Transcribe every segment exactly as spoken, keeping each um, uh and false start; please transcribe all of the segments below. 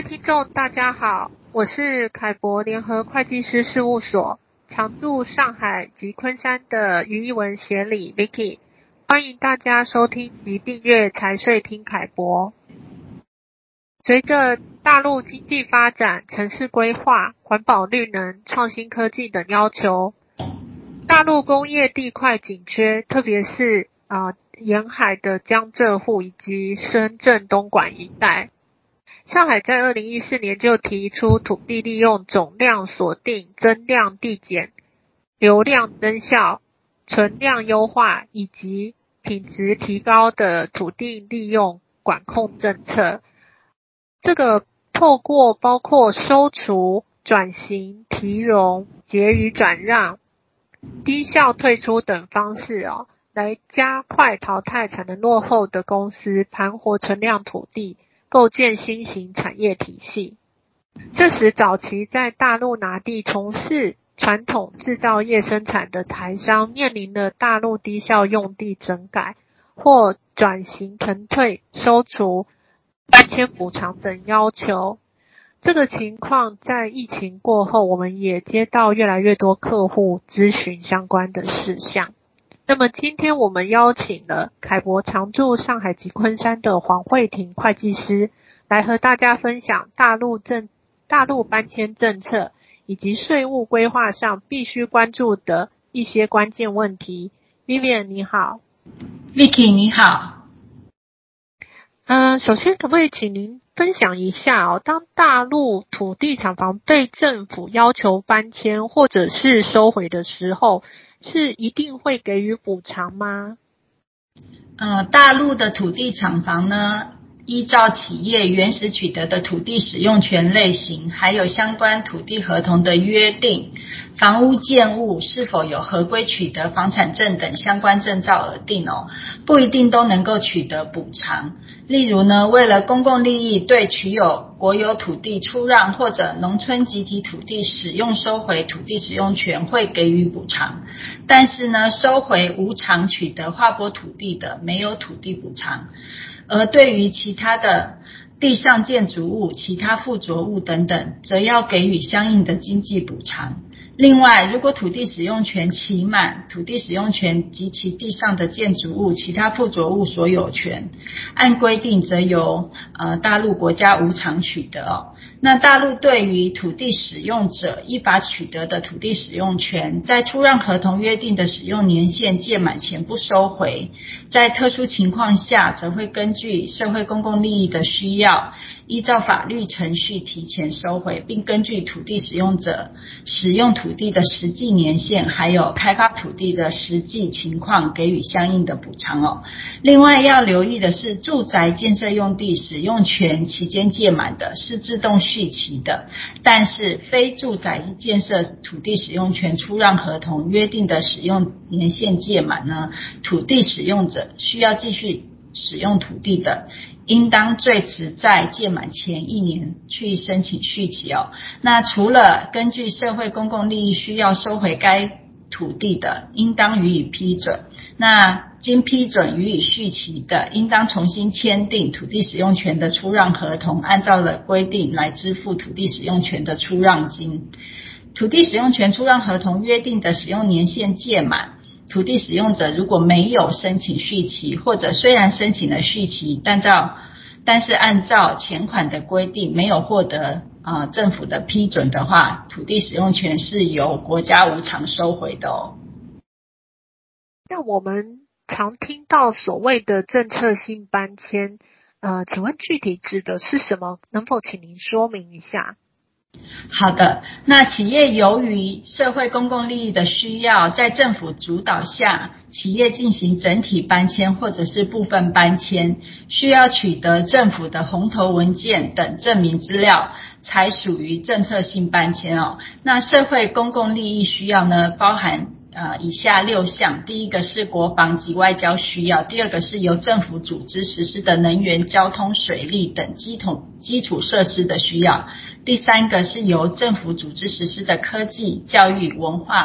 位听众大家好，我是凯博联合会计师事务所常驻上海及昆山的于一文协理 Vicky， 欢迎大家收听及订阅财税听凯博。随着大陆经济发展、城市规划、环保绿能、创新科技等要求，大陆工业地块紧缺，特别是啊、呃、沿海的江浙沪以及深圳东莞一带。上海在二零一四年就提出土地利用总量锁定、增量递减、流量增效、存量优化以及品质提高的土地利用管控政策。这个透过包括收除、转型、提融、结余转让、低效退出等方式哦，来加快淘汰产能落后的公司，盘活存量土地，构建新型产业体系。这时早期在大陆拿地从事传统制造业生产的台商，面临了大陆低效用地整改或转型腾退、收除、搬迁补偿等要求。这个情况在疫情过后，我们也接到越来越多客户咨询相关的事项。那么今天我们邀请了凯博常驻上海及昆山的黄慧婷会计师，来和大家分享大陆政大陆搬迁政策以及税务规划上必须关注的一些关键问题。Vivian 你好。 Vicky 你好。 呃，首先可不可以请您分享一下哦，当大陆土地厂房被政府要求搬迁或者是收回的时候，是一定会给予补偿吗？ 呃，大陆的土地厂房呢，依照企业原始取得的土地使用权类型，还有相关土地合同的约定，房屋建物是否有合规取得房产证等相关证照而定哦，不一定都能够取得补偿。例如呢，为了公共利益，对取有国有土地出让或者农村集体土地使用收回土地使用权会给予补偿，但是呢，收回无偿取得划拨土地的没有土地补偿。而对于其他的地上建筑物、其他附着物等等，则要给予相应的经济补偿。另外，如果土地使用权期满，土地使用权及其地上的建筑物、其他附着物所有权，按规定则由呃大陆国家无偿取得哦。那大陆对于土地使用者依法取得的土地使用权，在出让合同约定的使用年限届满前不收回，在特殊情况下，则会根据社会公共利益的需要，依照法律程序提前收回，并根据土地使用者使用土地的实际年限，还有开发土地的实际情况给予相应的补偿哦。另外要留意的是，住宅建设用地使用权期间届满的是自动续期的，但是非住宅建设土地使用权出让合同约定的使用年限届满呢，土地使用者需要继续使用土地的，应当最迟在届满前一年去申请续期哦。那除了根据社会公共利益需要收回该土地的，应当予以批准。那经批准予以续期的，应当重新签订土地使用权的出让合同，按照了规定来支付土地使用权的出让金。土地使用权出让合同约定的使用年限届满，土地使用者如果没有申请续期，或者虽然申请了续期，但照但是按照前款的规定没有获得呃政府的批准的话，土地使用权是由国家无偿收回的哦。 那我们常听到所谓的政策性搬迁，呃，请问具体指的是什么？能否请您说明一下？ 好的，那企业由于社会公共利益的需要，在政府主导下，企业进行整体搬迁或者是部分搬迁，需要取得政府的红头文件等证明资料，才属于政策性搬迁哦。那社会公共利益需要呢，包含呃以下六项，第一个是国防及外交需要，第二个是由政府组织实施的能源、交通、水利等基统基础设施的需要，第三个是由政府组织实施的科技、教育、文化、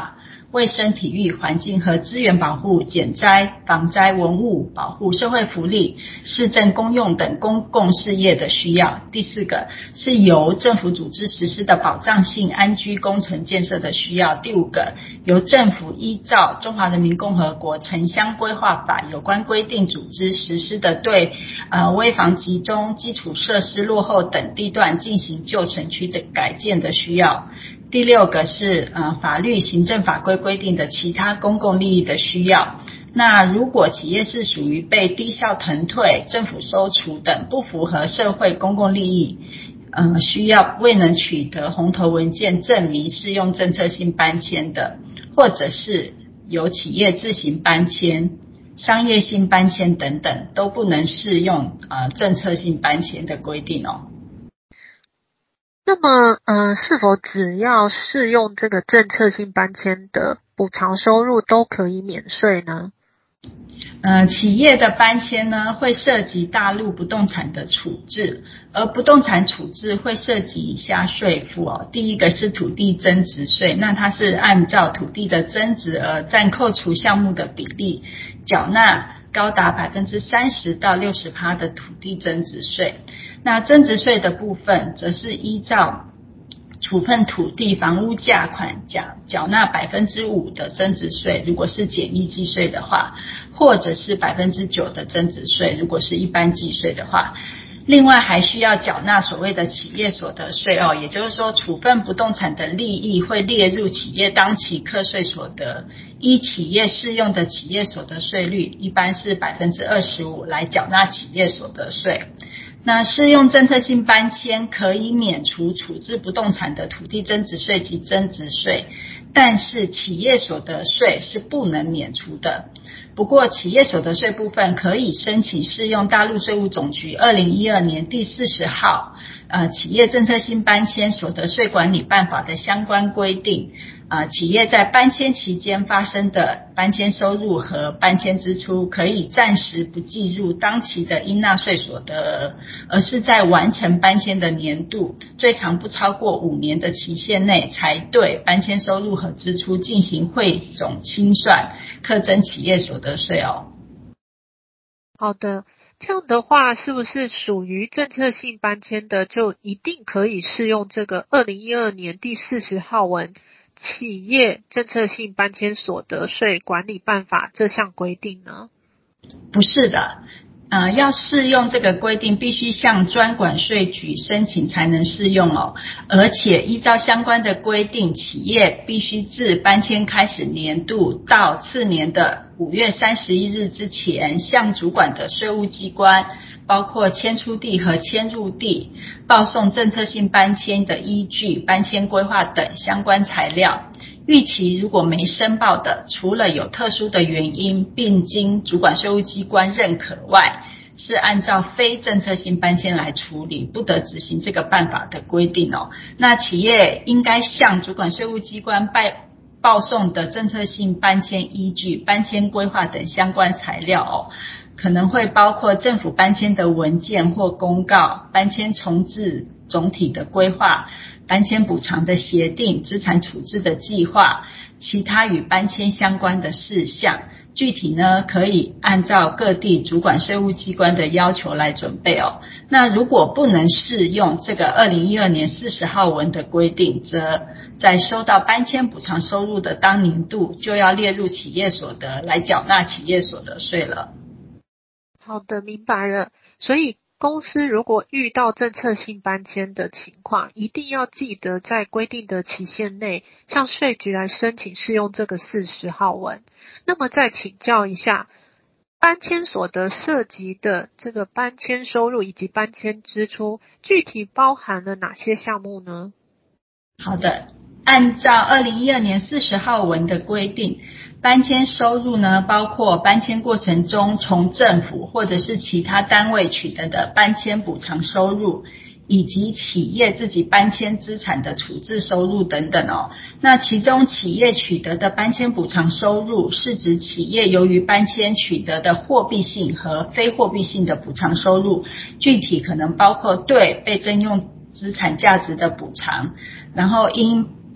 卫生体育、环境和资源保护、减灾、防灾、文物保护、社会福利、市政公用等公共事业的需要。第四个是由政府组织实施的保障性安居工程建设的需要。第五个由政府依照中华人民共和国城乡规划法有关规定组织实施的对呃危房集中、基础设施落后等地段进行旧城区的改建的需要。第六个是呃法律行政法规规定的其他公共利益的需要。那如果企业是属于被低效腾退、政府收除等不符合社会公共利益呃需要，未能取得红头文件证明适用政策性搬迁的，或者是由企业自行搬迁、商业性搬迁等等，都不能适用呃政策性搬迁的规定哦。 那么，呃，是否只要适用这个政策性搬迁的补偿收入都可以免税呢？ 呃，企业的搬迁呢，会涉及大陆不动产的处置，而不动产处置会涉及以下税负哦。第一个是土地增值税，那它是按照土地的增值额占扣除项目的比例，缴纳高达百分之三十到六十趴的土地增值税。那增值税的部分，则是依照处分土地房屋价款缴缴纳百分之五的增值税，如果是简易计税的话，或者是百分之九的增值税，如果是一般计税的话。另外还需要缴纳所谓的企业所得税哦，也就是说处分不动产的利益会列入企业当期课税所得，依企业适用的企业所得税率一般是百分之二十五来缴纳企业所得税。那适用政策性搬迁可以免除处置不动产的土地增值税及增值税，但是企业所得税是不能免除的。不过企业所得税部分可以申请适用大陆税务总局二零一二年第四十号呃企业政策性搬迁所得税管理办法的相关规定。呃，企业在搬迁期间发生的搬迁收入和搬迁支出，可以暂时不计入当期的应纳税所得额，而是在完成搬迁的年度，最长不超过五年的期限内，才对搬迁收入和支出进行汇总清算，课征企业所得税哦。 好的，这样的话，是不是属于政策性搬迁的，就一定可以适用这个二零一二年第四十号文企业政策性搬迁所得税管理办法这项规定呢？ 不是的，呃，要适用这个规定，必须向专管税局申请才能适用哦。而且依照相关的规定，企业必须自搬迁开始年度到次年的五月三十一日之前，向主管的税务机关，包括迁出地和迁入地，报送政策性搬迁的依据、搬迁规划等相关材料。逾期如果没申报的，除了有特殊的原因并经主管税务机关认可外，是按照非政策性搬迁来处理，不得执行这个办法的规定哦。那企业应该向主管税务机关拜报送的政策性搬迁依据、搬迁规划等相关材料哦，可能会包括政府搬迁的文件或公告、搬迁重置总体的规划、搬迁补偿的协定、资产处置的计划、其他与搬迁相关的事项。具体呢，可以按照各地主管税务机关的要求来准备哦。那如果不能适用这个二零一二年四十号文的规定，则在收到搬迁补偿收入的当年度，就要列入企业所得来缴纳企业所得税了。 好的，明白了。所以公司如果遇到政策性搬迁的情况，一定要记得在规定的期限内向税局来申请适用这个四十号文。那么再请教一下，搬迁所得涉及的这个搬迁收入以及搬迁支出，具体包含了哪些项目呢？ 好的，按照二零一二年四十号文的规定，搬迁收入呢，包括搬迁过程中从政府或者是其他单位取得的搬迁补偿收入，以及企业自己搬迁资产的处置收入等等哦。那其中企业取得的搬迁补偿收入，是指企业由于搬迁取得的货币性和非货币性的补偿收入，具体可能包括对被征用资产价值的补偿，然后因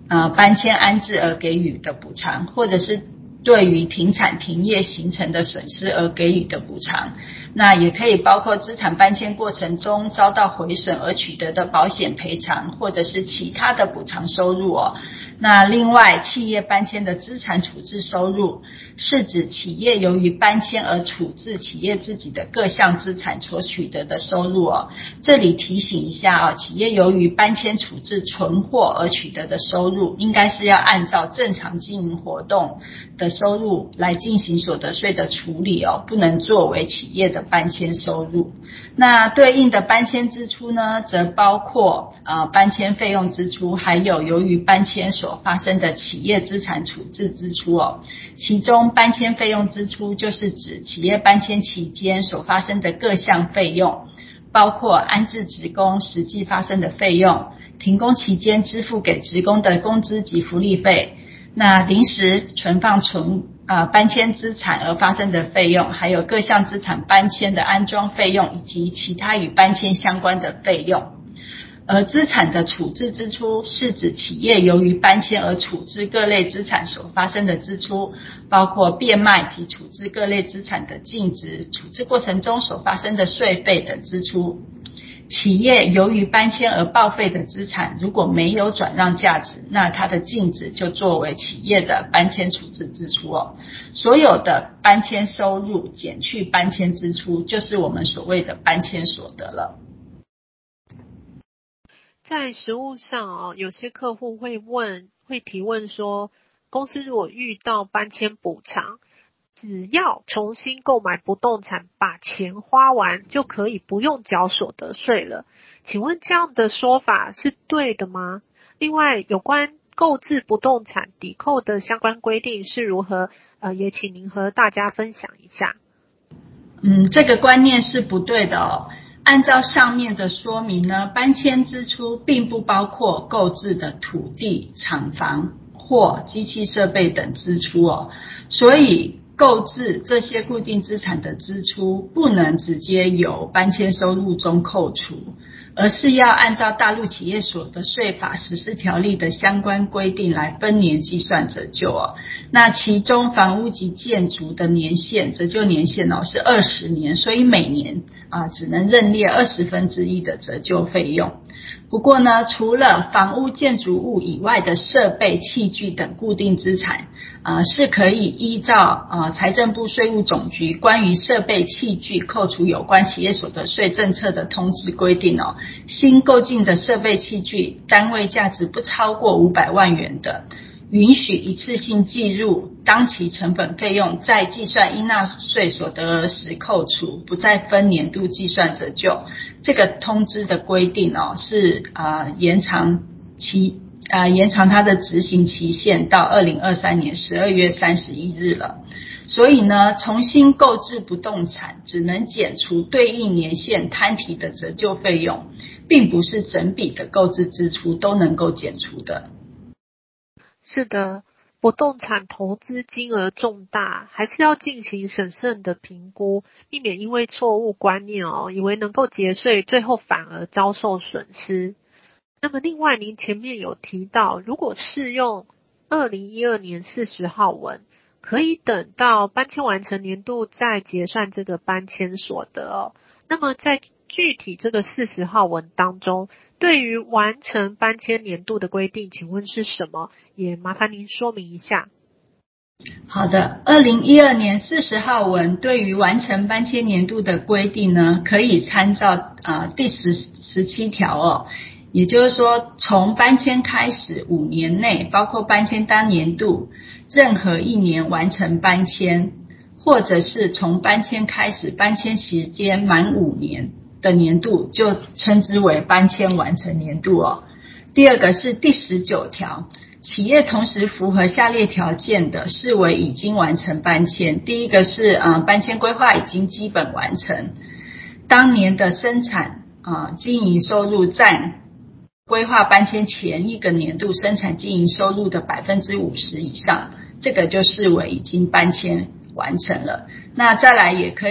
呃搬迁安置而给予的补偿，或者是对于停产停业形成的损失而给予的补偿。那也可以包括资产搬迁过程中遭到毁损而取得的保险赔偿，或者是其他的补偿收入哦。那另外，企业搬迁的资产处置收入是指企业由于搬迁而处置企业自己的各项资产所取得的收入哦。这里提醒一下哦，企业由于搬迁处置存货而取得的收入，应该是要按照正常经营活动的收入来进行所得税的处理哦，不能作为企业的搬迁收入。那对应的搬迁支出呢，则包括呃搬迁费用支出，还有由于搬迁所发生的企业资产处置支出哦。其中搬迁费用支出就是指企业搬迁期间所发生的各项费用，包括安置职工实际发生的费用，停工期间支付给职工的工资及福利费，那临时存放存呃搬迁资产而发生的费用，还有各项资产搬迁的安装费用，以及其他与搬迁相关的费用。而资产的处置支出是指企业由于搬迁而处置各类资产所发生的支出，包括变卖及处置各类资产的净值，处置过程中所发生的税费等支出。企业由于搬迁而报废的资产如果没有转让价值，那它的净值就作为企业的搬迁处置支出哦。所有的搬迁收入减去搬迁支出，就是我们所谓的搬迁所得了。 在实务上哦，有些客户会问，会提问说，公司如果遇到搬迁补偿，只要重新购买不动产，把钱花完就可以不用缴所得税了。请问这样的说法是对的吗？另外，有关购置不动产抵扣的相关规定是如何？呃，也请您和大家分享一下。 嗯，这个观念是不对的哦。按照上面的说明呢，搬迁支出并不包括购置的土地、厂房或机器设备等支出哦，所以购置这些固定资产的支出不能直接由搬迁收入中扣除，而是要按照大陆企业所得税法实施条例的相关规定来分年计算折旧哦。那其中房屋及建筑的年限折旧年限哦是二十年，所以每年啊只能认列二十分之一的折旧费用。不过呢，除了房屋建筑物以外的设备器具等固定资产呃是可以依照呃财政部税务总局关于设备器具扣除有关企业所得税政策的通知规定哦，新购进的设备器具单位价值不超过五百万元的，允许一次性计入当期成本费用，在计算应纳税所得额时扣除，不再分年度计算折旧。这个通知的规定哦，是呃延长期呃延长它的执行期限到二零二三年十二月三十一日了。所以呢，重新购置不动产只能减除对应年限摊提的折旧费用，并不是整笔的购置支出都能够减除的。 是的，不动产投资金额重大，还是要进行审慎的评估，避免因为错误观念哦，以为能够节税，最后反而遭受损失。那么另外，您前面有提到，如果适用二零一二年四十号文，可以等到搬迁完成年度再结算这个搬迁所得哦。那么在具体这个四十号文当中，对于完成搬迁年度的规定，请问是什么？也麻烦您说明一下。 好的，二零一二年四十号文对于完成搬迁年度的规定呢，可以参照呃第十十七条哦。也就是说，从搬迁开始五年内，包括搬迁当年度任何一年完成搬迁，或者是从搬迁开始搬迁时间满五年的年度，就称之为搬迁完成年度哦。第二个是第十九条，企业同时符合下列条件的，视为已经完成搬迁。第一个是呃搬迁规划已经基本完成，当年的生产呃经营收入占规划搬迁前一个年度生产经营收入的百分之五十以上，这个就视为已经搬迁完成了。那再来也可以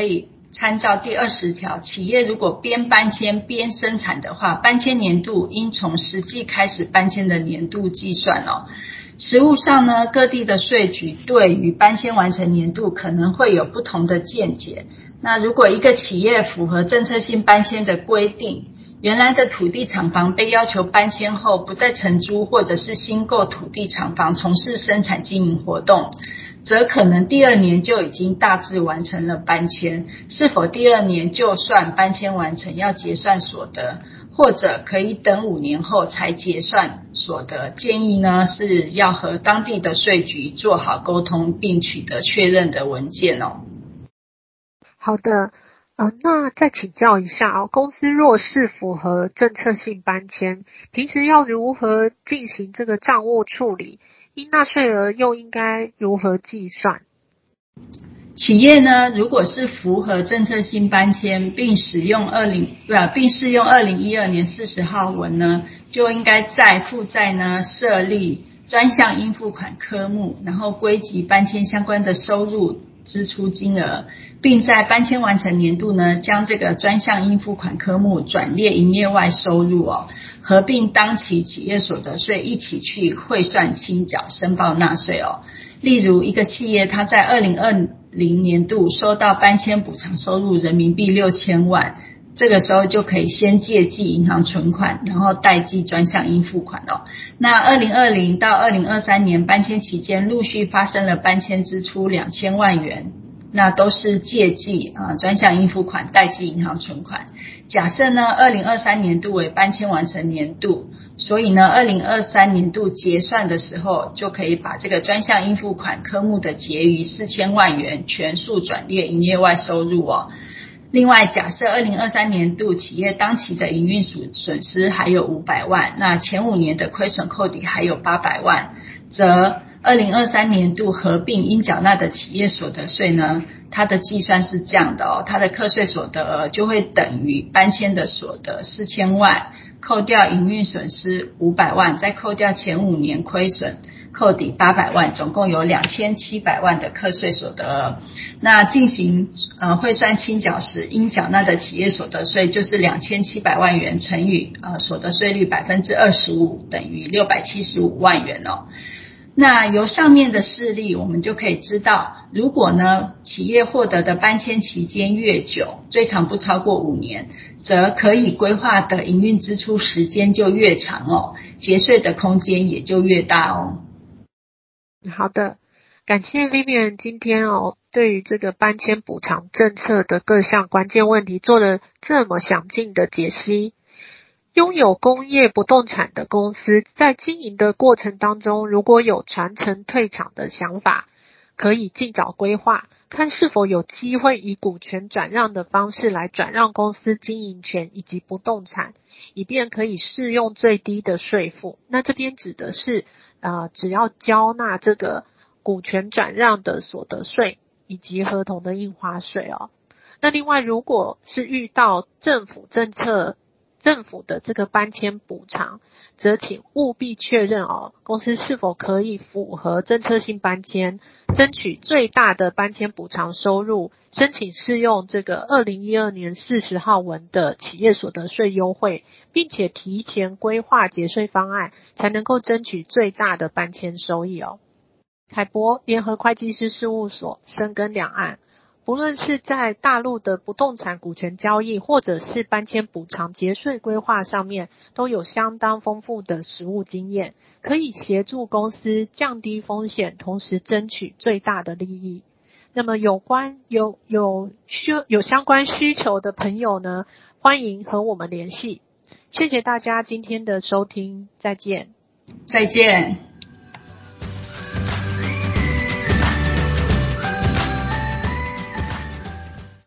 参照第二十条，企业如果边搬迁边生产的话，搬迁年度应从实际开始搬迁的年度计算哦。实务上呢，各地的税局对于搬迁完成年度可能会有不同的见解。那如果一个企业符合政策性搬迁的规定，原来的土地厂房被要求搬迁后不再承租或者是新购土地厂房从事生产经营活动，则可能第二年就已经大致完成了搬迁。是否第二年就算搬迁完成要结算所得，或者可以等五年后才结算所得，建议呢是要和当地的税局做好沟通，并取得确认的文件哦。 好的，呃，那再请教一下哦，公司若是符合政策性搬迁，平时要如何进行这个账务处理？应纳税额又应该如何计算？ 企业呢，如果是符合政策性搬迁，并使用二零呃，并适用二零一二年四十号文呢，就应该在负债呢设立专项应付款科目，然后归集搬迁相关的收入支出金额，并在搬迁完成年度呢，将这个专项应付款科目转列营业外收入哦，合并当期企业所得税一起去汇算清缴申报纳税哦。例如一个企业它在二零二零年度收到搬迁补偿收入人民币六千万，这个时候就可以先借记银行存款，然后代记专项应付款哦。那二零二零到二零二三年搬迁期间陆续发生了搬迁支出两千万元，那都是借记啊专项应付款代记银行存款。假设呢二零二三年度为搬迁完成年度，所以呢二零二三年度结算的时候，就可以把这个专项应付款科目的结余四千万元全数转列营业外收入哦。另外假设二零二三年度企业当期的营运损失还有五百万，那前五年的亏损扣抵还有八百万，则二零二三年度合并应缴纳的企业所得税呢，它的计算是这样的哦，它的课税所得额就会等于搬迁的所得四千万，扣掉营运损失五百万，再扣掉前五年亏损扣抵八百万，总共有两千七百万的课税所得额。那进行呃汇算清缴时，应缴纳的企业所得税就是两千七百万元乘以呃所得税率百分之二十五，等于六百七十五万元哦。那由上面的事例我们就可以知道，如果呢企业获得的搬迁期间越久，最长不超过五年，则可以规划的营运支出时间就越长哦，节税的空间也就越大哦。 好的，感谢 Vivian 今天哦对于这个搬迁补偿政策的各项关键问题做了这么详尽的解析。拥有工业不动产的公司在经营的过程当中，如果有传承退场的想法，可以尽早规划，看是否有机会以股权转让的方式来转让公司经营权以及不动产，以便可以适用最低的税负。那这边指的是呃，只要交纳这个股权转让的所得税以及合同的印花税哦。那另外如果是遇到政府政策政府的这个搬迁补偿，则请务必确认哦，公司是否可以符合政策性搬迁，争取最大的搬迁补偿收入，申请适用这个二零一二年四十号文的企业所得税优惠，并且提前规划节税方案，才能够争取最大的搬迁收益哦。凯博联合会计师事务所深耕两岸，不论是在大陆的不动产股权交易，或者是搬迁补偿节税规划上面，都有相当丰富的实务经验，可以协助公司降低风险，同时争取最大的利益。那么有关有有需有相关需求的朋友呢，欢迎和我们联系。谢谢大家今天的收听，再见。 再见。